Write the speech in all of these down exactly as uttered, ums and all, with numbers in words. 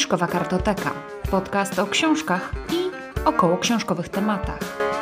Fiszkowa Kartoteka. Podcast o książkach i około książkowych tematach.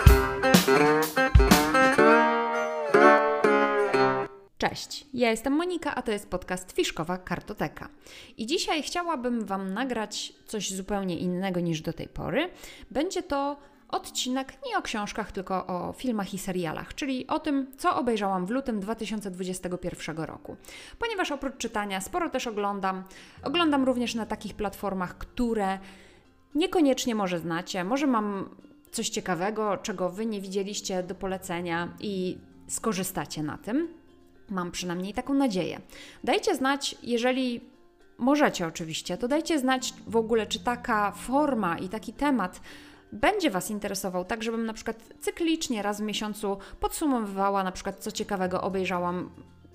Cześć, ja jestem Monika, a to jest podcast Fiszkowa Kartoteka. I dzisiaj chciałabym Wam nagrać coś zupełnie innego niż do tej pory. Będzie to odcinek nie o książkach, tylko o filmach i serialach, czyli o tym, co obejrzałam w lutym dwa tysiące dwudziestego pierwszego roku. Ponieważ oprócz czytania sporo też oglądam, oglądam również na takich platformach, które niekoniecznie może znacie, może mam coś ciekawego, czego Wy nie widzieliście do polecenia i skorzystacie na tym. Mam przynajmniej taką nadzieję. Dajcie znać, jeżeli możecie oczywiście, to dajcie znać w ogóle, czy taka forma i taki temat będzie Was interesował, tak żebym na przykład cyklicznie raz w miesiącu podsumowywała na przykład, co ciekawego obejrzałam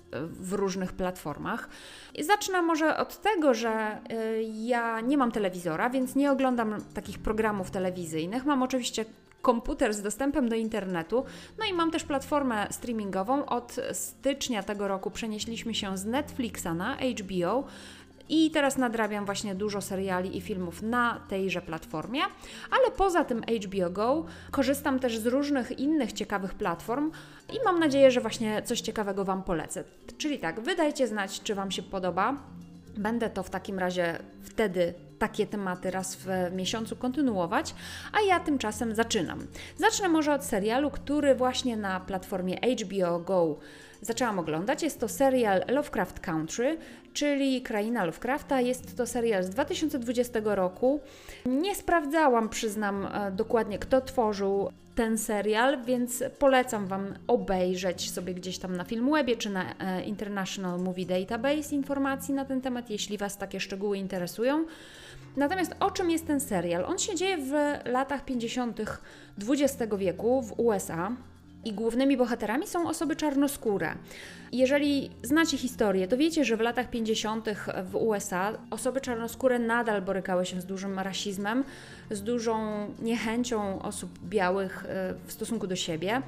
w różnych platformach. I zacznę może od tego, że y, ja nie mam telewizora, więc nie oglądam takich programów telewizyjnych. Mam oczywiście komputer z dostępem do internetu, no i mam też platformę streamingową. Od stycznia tego roku przenieśliśmy się z Netflixa na H B O i teraz nadrabiam właśnie dużo seriali i filmów na tejże platformie, ale poza tym H B O Go korzystam też z różnych innych ciekawych platform i mam nadzieję, że właśnie coś ciekawego Wam polecę. Czyli tak, wy dajcie znać, czy Wam się podoba. Będę to w takim razie wtedy takie tematy raz w miesiącu kontynuować, a ja tymczasem zaczynam. Zacznę może od serialu, który właśnie na platformie H B O Go zaczęłam oglądać. Jest to serial Lovecraft Country, czyli Kraina Lovecrafta. Jest to serial z dwa tysiące dwudziestego roku. Nie sprawdzałam, przyznam, dokładnie, kto tworzył ten serial, więc polecam Wam obejrzeć sobie gdzieś tam na Filmwebie czy na International Movie Database informacji na ten temat, jeśli Was takie szczegóły interesują. Natomiast o czym jest ten serial? On się dzieje w latach pięćdziesiątych dwudziestego wieku w U S A. I głównymi bohaterami są osoby czarnoskóre. Jeżeli znacie historię, to wiecie, że w latach pięćdziesiątych w U S A osoby czarnoskóre nadal borykały się z dużym rasizmem, z dużą niechęcią osób białych w stosunku do siebie.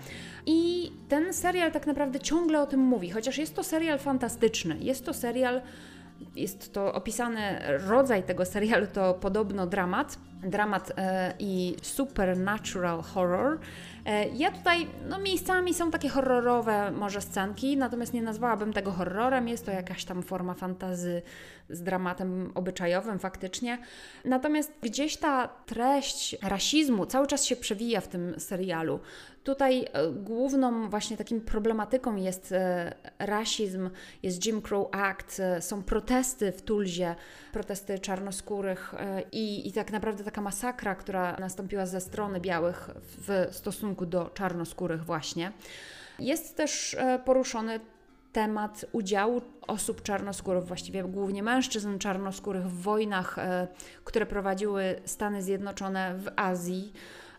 I ten serial tak naprawdę ciągle o tym mówi, chociaż jest to serial fantastyczny. Jest to serial, jest to opisany rodzaj tego serialu, to podobno dramat. Dramat e, i supernatural horror. E, ja tutaj, no miejscami są takie horrorowe może scenki, natomiast nie nazwałabym tego horrorem, jest to jakaś tam forma fantasy z dramatem obyczajowym faktycznie. Natomiast gdzieś ta treść rasizmu cały czas się przewija w tym serialu. Tutaj e, główną właśnie takim problematyką jest e, rasizm, jest Jim Crow Act, e, są protesty w Tulsie, protesty czarnoskórych e, i, i tak naprawdę taka masakra, która nastąpiła ze strony białych w stosunku do czarnoskórych właśnie. Jest też poruszony temat udziału osób czarnoskórych, właściwie głównie mężczyzn czarnoskórych w wojnach, które prowadziły Stany Zjednoczone w Azji,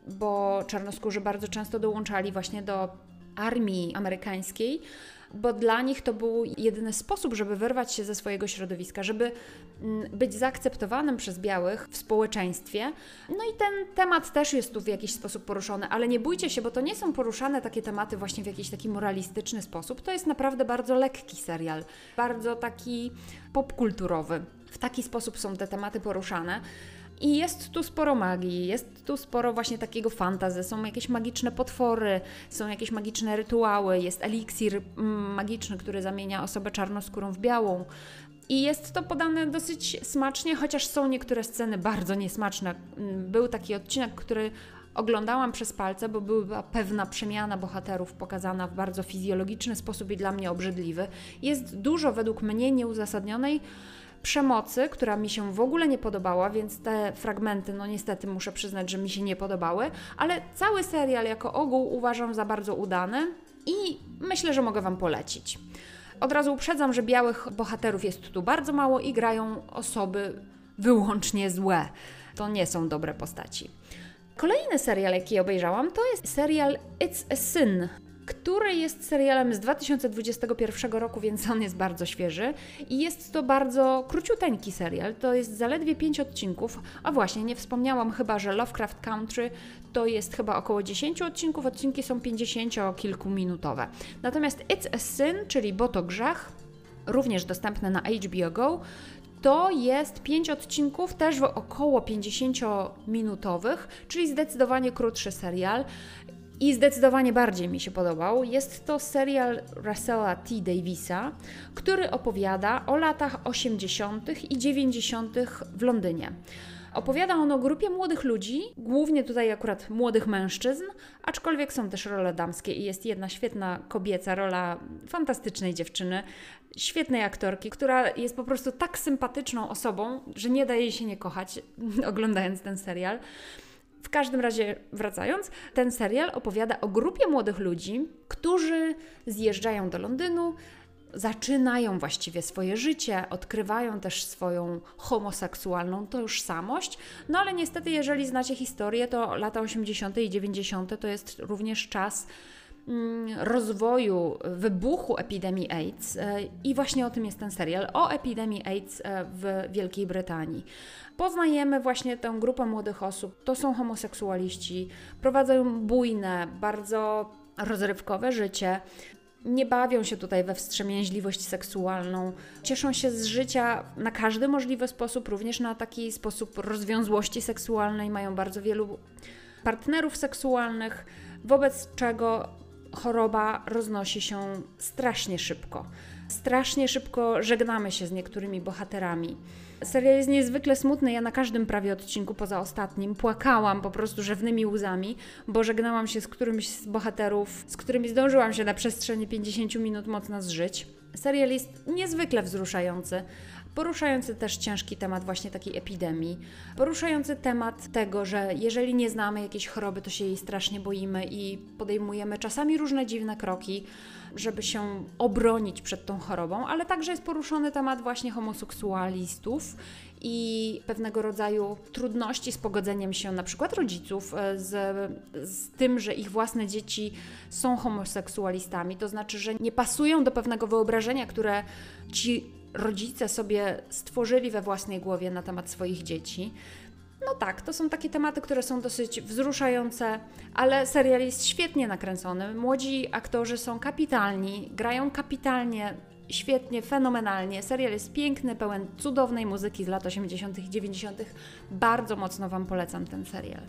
bo czarnoskórzy bardzo często dołączali właśnie do armii amerykańskiej, bo dla nich to był jedyny sposób, żeby wyrwać się ze swojego środowiska, żeby być zaakceptowanym przez białych w społeczeństwie. No i ten temat też jest tu w jakiś sposób poruszony, ale nie bójcie się, bo to nie są poruszane takie tematy właśnie w jakiś taki moralistyczny sposób. To jest naprawdę bardzo lekki serial, bardzo taki popkulturowy. W taki sposób są te tematy poruszane. I jest tu sporo magii, jest tu sporo właśnie takiego fantasy, są jakieś magiczne potwory, są jakieś magiczne rytuały, jest eliksir magiczny, który zamienia osobę czarnoskórą w białą. I jest to podane dosyć smacznie, chociaż są niektóre sceny bardzo niesmaczne. Był taki odcinek, który oglądałam przez palce, bo była pewna przemiana bohaterów pokazana w bardzo fizjologiczny sposób i dla mnie obrzydliwy. Jest dużo według mnie nieuzasadnionej przemocy, która mi się w ogóle nie podobała, więc te fragmenty, no niestety muszę przyznać, że mi się nie podobały, ale cały serial jako ogół uważam za bardzo udany i myślę, że mogę Wam polecić. Od razu uprzedzam, że białych bohaterów jest tu bardzo mało i grają osoby wyłącznie złe. To nie są dobre postaci. Kolejny serial, jaki obejrzałam, to jest serial It's a Sin, który jest serialem z dwa tysiące dwudziestego pierwszego roku, więc on jest bardzo świeży i jest to bardzo króciuteńki serial, to jest zaledwie pięć odcinków, a właśnie nie wspomniałam chyba, że Lovecraft Country to jest chyba około dziesięć odcinków, odcinki są pięćdziesięciokilkuminutowe. Natomiast It's a Sin, czyli Bo to grzech, również dostępne na H B O Go, To jest pięć odcinków, też w około pięćdziesięciominutowych, czyli zdecydowanie krótszy serial. I zdecydowanie bardziej mi się podobał. Jest to serial Russella T. Davisa, który opowiada o latach osiemdziesiątych i dziewięćdziesiątych w Londynie. Opowiada on o grupie młodych ludzi, głównie tutaj akurat młodych mężczyzn, aczkolwiek są też role damskie i jest jedna świetna kobieca rola fantastycznej dziewczyny, świetnej aktorki, która jest po prostu tak sympatyczną osobą, że nie da jej się nie kochać oglądając ten serial. W każdym razie wracając, ten serial opowiada o grupie młodych ludzi, którzy zjeżdżają do Londynu, zaczynają właściwie swoje życie, odkrywają też swoją homoseksualną tożsamość, no ale niestety jeżeli znacie historię, to lata osiemdziesiąte i dziewięćdziesiąte to jest również czas rozwoju, wybuchu epidemii AIDS i właśnie o tym jest ten serial, o epidemii AIDS w Wielkiej Brytanii. Poznajemy właśnie tę grupę młodych osób, to są homoseksualiści, prowadzą bujne, bardzo rozrywkowe życie, nie bawią się tutaj we wstrzemięźliwość seksualną, cieszą się z życia na każdy możliwy sposób, również na taki sposób rozwiązłości seksualnej, mają bardzo wielu partnerów seksualnych, wobec czego choroba roznosi się strasznie szybko. Strasznie szybko żegnamy się z niektórymi bohaterami. Serial jest niezwykle smutny, ja na każdym prawie odcinku poza ostatnim płakałam po prostu rzewnymi łzami, bo żegnałam się z którymś z bohaterów, z którymi zdążyłam się na przestrzeni pięćdziesięciu minut mocno zżyć. Serial jest niezwykle wzruszający, poruszający też ciężki temat właśnie takiej epidemii, poruszający temat tego, że jeżeli nie znamy jakiejś choroby, to się jej strasznie boimy i podejmujemy czasami różne dziwne kroki, żeby się obronić przed tą chorobą, ale także jest poruszony temat właśnie homoseksualistów i pewnego rodzaju trudności z pogodzeniem się na przykład rodziców z, z tym, że ich własne dzieci są homoseksualistami, to znaczy, że nie pasują do pewnego wyobrażenia, które ci rodzice sobie stworzyli we własnej głowie na temat swoich dzieci. No tak, to są takie tematy, które są dosyć wzruszające, ale serial jest świetnie nakręcony. Młodzi aktorzy są kapitalni, grają kapitalnie, świetnie, fenomenalnie. Serial jest piękny, pełen cudownej muzyki z lat osiemdziesiątych i dziewięćdziesiątych. Bardzo mocno Wam polecam ten serial.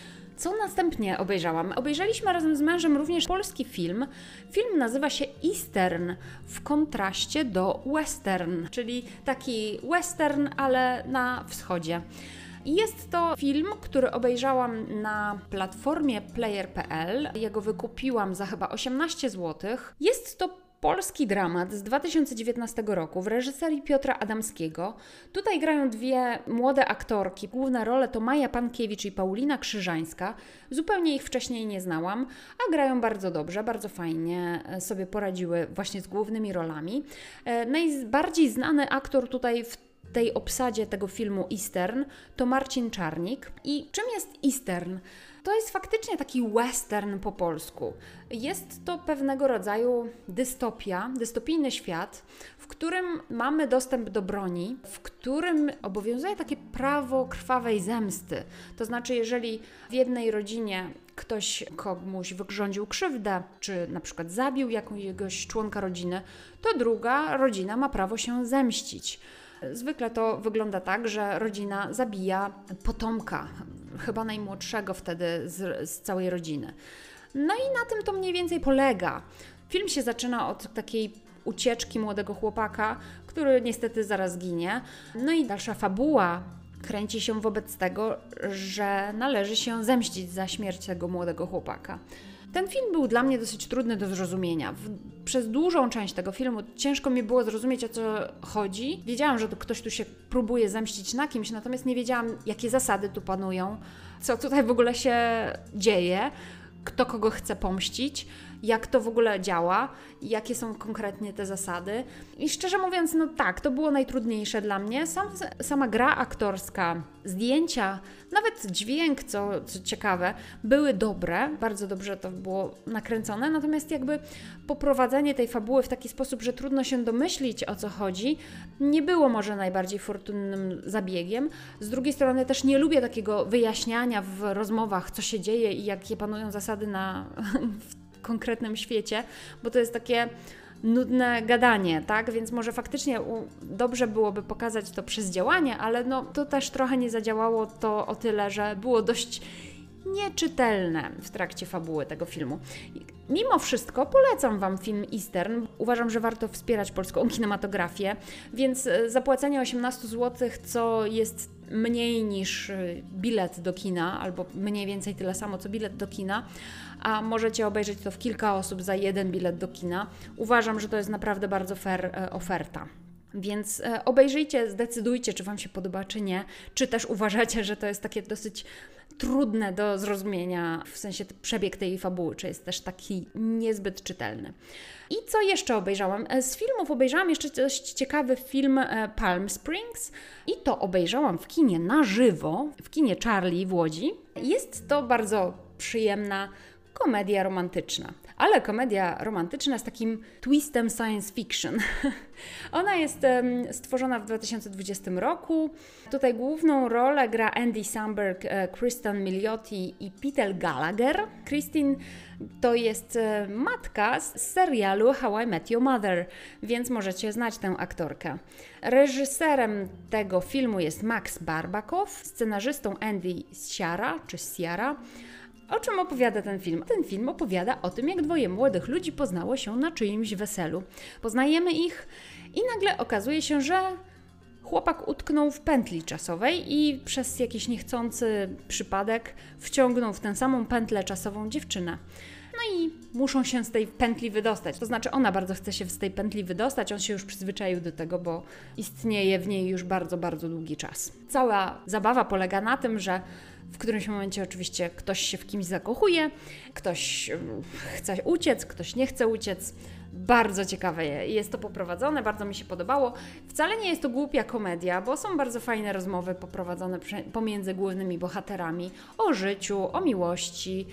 Co następnie obejrzałam? Obejrzeliśmy razem z mężem również polski film. Film nazywa się Eastern w kontraście do western, czyli taki western, ale na wschodzie. Jest to film, który obejrzałam na platformie player kropka p l. Ja go wykupiłam za chyba osiemnaście złotych. Jest to polski dramat z dwa tysiące dziewiętnastego roku w reżyserii Piotra Adamskiego. Tutaj grają dwie młode aktorki. Główne role to Maja Pankiewicz i Paulina Krzyżańska. Zupełnie ich wcześniej nie znałam, a grają bardzo dobrze, bardzo fajnie sobie poradziły właśnie z głównymi rolami. Najbardziej znany aktor tutaj w tej obsadzie tego filmu Eastern to Marcin Czarnik. I czym jest Eastern? To jest faktycznie taki western po polsku. Jest to pewnego rodzaju dystopia, dystopijny świat, w którym mamy dostęp do broni, w którym obowiązuje takie prawo krwawej zemsty. To znaczy, jeżeli w jednej rodzinie ktoś komuś wyrządził krzywdę, czy na przykład zabił jakiegoś członka rodziny, to druga rodzina ma prawo się zemścić. Zwykle to wygląda tak, że rodzina zabija potomka, chyba najmłodszego wtedy z, z całej rodziny. No i na tym to mniej więcej polega. Film się zaczyna od takiej ucieczki młodego chłopaka, który niestety zaraz ginie. No i dalsza fabuła kręci się wobec tego, że należy się zemścić za śmierć tego młodego chłopaka. Ten film był dla mnie dosyć trudny do zrozumienia. W, przez dużą część tego filmu ciężko mi było zrozumieć, o co chodzi. Wiedziałam, że to ktoś tu się próbuje zemścić na kimś, natomiast nie wiedziałam, jakie zasady tu panują, co tutaj w ogóle się dzieje, kto kogo chce pomścić, jak to w ogóle działa, jakie są konkretnie te zasady. I szczerze mówiąc, no tak, to było najtrudniejsze dla mnie. Sam, sama gra aktorska, zdjęcia, nawet dźwięk, co, co ciekawe, były dobre, bardzo dobrze to było nakręcone, natomiast jakby poprowadzenie tej fabuły w taki sposób, że trudno się domyślić, o co chodzi, nie było może najbardziej fortunnym zabiegiem. Z drugiej strony też nie lubię takiego wyjaśniania w rozmowach, co się dzieje i jakie panują zasady na w konkretnym świecie, bo to jest takie nudne gadanie, tak? Więc może faktycznie u, dobrze byłoby pokazać to przez działanie, ale no to też trochę nie zadziałało to o tyle, że było dość nieczytelne w trakcie fabuły tego filmu. Mimo wszystko polecam Wam film Eastern. Uważam, że warto wspierać polską kinematografię, więc zapłacenie osiemnaście złotych, co jest mniej niż bilet do kina, albo mniej więcej tyle samo, co bilet do kina, a możecie obejrzeć to w kilka osób za jeden bilet do kina. Uważam, że to jest naprawdę bardzo fair oferta. Więc obejrzyjcie, zdecydujcie, czy Wam się podoba, czy nie. Czy też uważacie, że to jest takie dosyć trudne do zrozumienia, w sensie przebieg tej fabuły, czy jest też taki niezbyt czytelny. I co jeszcze obejrzałam? Z filmów obejrzałam jeszcze dość ciekawy film Palm Springs i to obejrzałam w kinie na żywo, w kinie Charlie w Łodzi. Jest to bardzo przyjemna komedia romantyczna, ale komedia romantyczna z takim twistem science fiction. Ona jest um, stworzona w dwa tysiące dwudziestym roku. Tutaj główną rolę gra Andy Samberg, e, Kristen Milioti i Peter Gallagher. Kristen to jest e, matka z serialu How I Met Your Mother, więc możecie znać tę aktorkę. Reżyserem tego filmu jest Max Barbakow, scenarzystą Andy Siara, czy Siara. O czym opowiada ten film? Ten film opowiada o tym, jak dwoje młodych ludzi poznało się na czyimś weselu. Poznajemy ich i nagle okazuje się, że chłopak utknął w pętli czasowej i przez jakiś niechcący przypadek wciągnął w tę samą pętlę czasową dziewczynę. No i muszą się z tej pętli wydostać. To znaczy ona bardzo chce się z tej pętli wydostać, on się już przyzwyczaił do tego, bo istnieje w niej już bardzo, bardzo długi czas. Cała zabawa polega na tym, że w którymś momencie oczywiście ktoś się w kimś zakochuje, ktoś chce uciec, ktoś nie chce uciec. Bardzo ciekawe jest to poprowadzone, bardzo mi się podobało. Wcale nie jest to głupia komedia, bo są bardzo fajne rozmowy poprowadzone pomiędzy głównymi bohaterami o życiu, o miłości,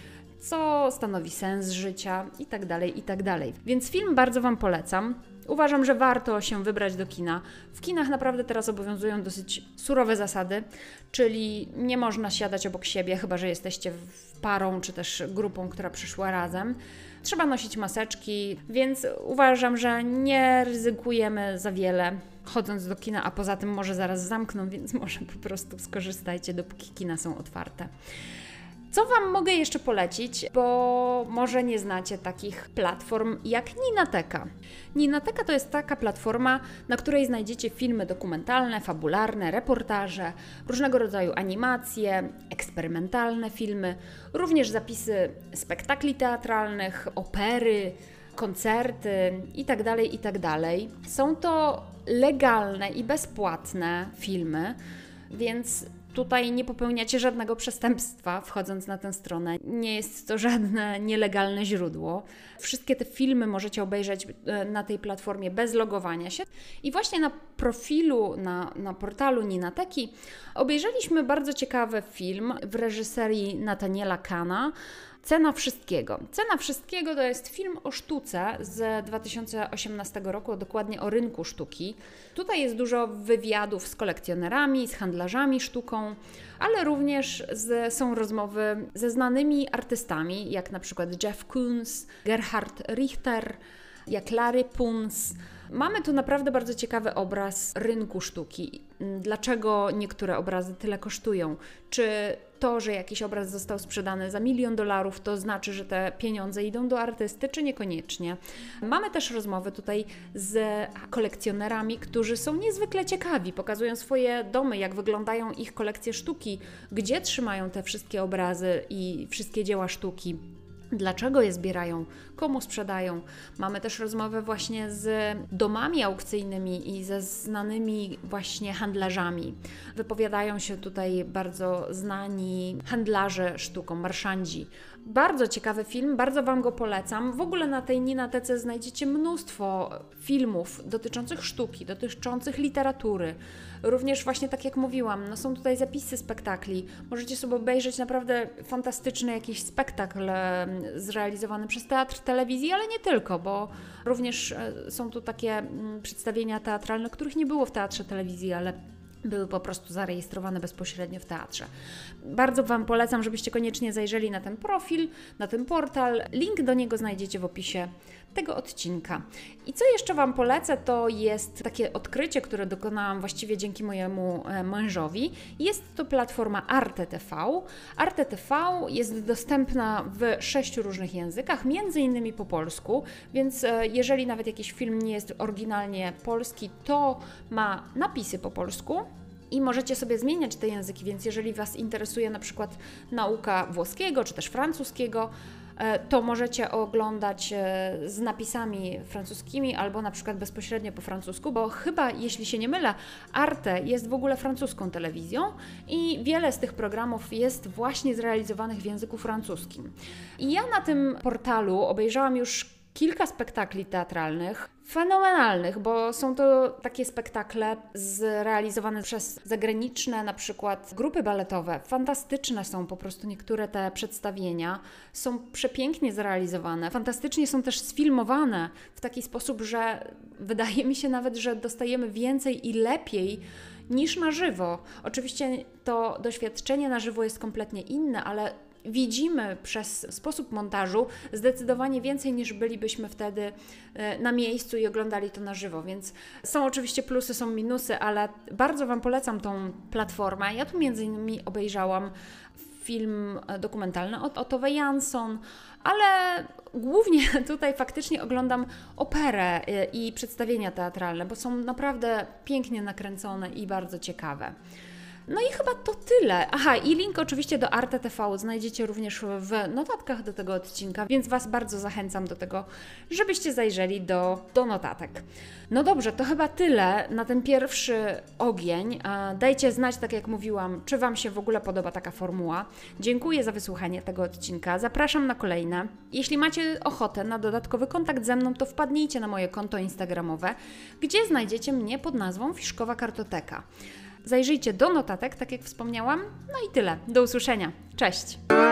co stanowi sens życia i tak dalej, i tak dalej. Więc film bardzo Wam polecam. Uważam, że warto się wybrać do kina. W kinach naprawdę teraz obowiązują dosyć surowe zasady, czyli nie można siadać obok siebie, chyba że jesteście parą czy też grupą, która przyszła razem. Trzeba nosić maseczki, więc uważam, że nie ryzykujemy za wiele chodząc do kina, a poza tym może zaraz zamkną, więc może po prostu skorzystajcie, dopóki kina są otwarte. Co Wam mogę jeszcze polecić, bo może nie znacie takich platform jak Ninateka. Ninateka to jest taka platforma, na której znajdziecie filmy dokumentalne, fabularne, reportaże, różnego rodzaju animacje, eksperymentalne filmy, również zapisy spektakli teatralnych, opery, koncerty itd., itd. Są to legalne i bezpłatne filmy, więc tutaj nie popełniacie żadnego przestępstwa wchodząc na tę stronę. Nie jest to żadne nielegalne źródło. Wszystkie te filmy możecie obejrzeć na tej platformie bez logowania się. I właśnie na profilu, na, na portalu Ninateki obejrzeliśmy bardzo ciekawy film w reżyserii Nathaniela Kahna. Cena wszystkiego. Cena wszystkiego to jest film o sztuce z dwa tysiące osiemnastego roku, dokładnie o rynku sztuki. Tutaj jest dużo wywiadów z kolekcjonerami, z handlarzami sztuką, ale również z, są rozmowy ze znanymi artystami, jak na przykład Jeff Koons, Gerhard Richter, jak Larry Punz. Mamy tu naprawdę bardzo ciekawy obraz rynku sztuki. Dlaczego niektóre obrazy tyle kosztują? Czy to, że jakiś obraz został sprzedany za milion dolarów, to znaczy, że te pieniądze idą do artysty, czy niekoniecznie? Mamy też rozmowy tutaj z kolekcjonerami, którzy są niezwykle ciekawi, pokazują swoje domy, jak wyglądają ich kolekcje sztuki, gdzie trzymają te wszystkie obrazy i wszystkie dzieła sztuki. Dlaczego je zbierają, komu sprzedają. Mamy też rozmowę właśnie z domami aukcyjnymi i ze znanymi właśnie handlarzami. Wypowiadają się tutaj bardzo znani handlarze sztuką, marszandzi. Bardzo ciekawy film, bardzo Wam go polecam. W ogóle na tej Ninatece znajdziecie mnóstwo filmów dotyczących sztuki, dotyczących literatury. Również właśnie tak jak mówiłam, no są tutaj zapisy spektakli. Możecie sobie obejrzeć naprawdę fantastyczny jakiś spektakl zrealizowany przez teatr telewizji, ale nie tylko, bo również są tu takie przedstawienia teatralne, których nie było w teatrze telewizji, ale były po prostu zarejestrowane bezpośrednio w teatrze. Bardzo Wam polecam, żebyście koniecznie zajrzeli na ten profil, na ten portal. Link do niego znajdziecie w opisie tego odcinka. I co jeszcze Wam polecę, to jest takie odkrycie, które dokonałam właściwie dzięki mojemu mężowi. Jest to platforma Arte T V. Arte T V jest dostępna w sześciu różnych językach, między innymi po polsku, więc jeżeli nawet jakiś film nie jest oryginalnie polski, to ma napisy po polsku. I możecie sobie zmieniać te języki, więc jeżeli Was interesuje na przykład nauka włoskiego czy też francuskiego, to możecie oglądać z napisami francuskimi albo na przykład bezpośrednio po francusku, bo chyba, jeśli się nie mylę, Arte jest w ogóle francuską telewizją i wiele z tych programów jest właśnie zrealizowanych w języku francuskim. I ja na tym portalu obejrzałam już kilka spektakli teatralnych, fenomenalnych, bo są to takie spektakle zrealizowane przez zagraniczne na przykład grupy baletowe. Fantastyczne są po prostu niektóre te przedstawienia, są przepięknie zrealizowane, fantastycznie są też sfilmowane w taki sposób, że wydaje mi się nawet, że dostajemy więcej i lepiej niż na żywo. Oczywiście to doświadczenie na żywo jest kompletnie inne, ale widzimy przez sposób montażu zdecydowanie więcej niż bylibyśmy wtedy na miejscu i oglądali to na żywo, więc są oczywiście plusy, są minusy, ale bardzo Wam polecam tą platformę. Ja tu między innymi obejrzałam film dokumentalny od Tove Jansson, ale głównie tutaj faktycznie oglądam operę i przedstawienia teatralne, bo są naprawdę pięknie nakręcone i bardzo ciekawe. No i chyba to tyle. Aha, i link oczywiście do Arte T V znajdziecie również w notatkach do tego odcinka, więc Was bardzo zachęcam do tego, żebyście zajrzeli do, do notatek. No dobrze, to chyba tyle na ten pierwszy ogień. Dajcie znać, tak jak mówiłam, czy Wam się w ogóle podoba taka formuła. Dziękuję za wysłuchanie tego odcinka. Zapraszam na kolejne. Jeśli macie ochotę na dodatkowy kontakt ze mną, to wpadnijcie na moje konto instagramowe, gdzie znajdziecie mnie pod nazwą Fiszkowa Kartoteka. Zajrzyjcie do notatek, tak jak wspomniałam. No i tyle. Do usłyszenia. Cześć!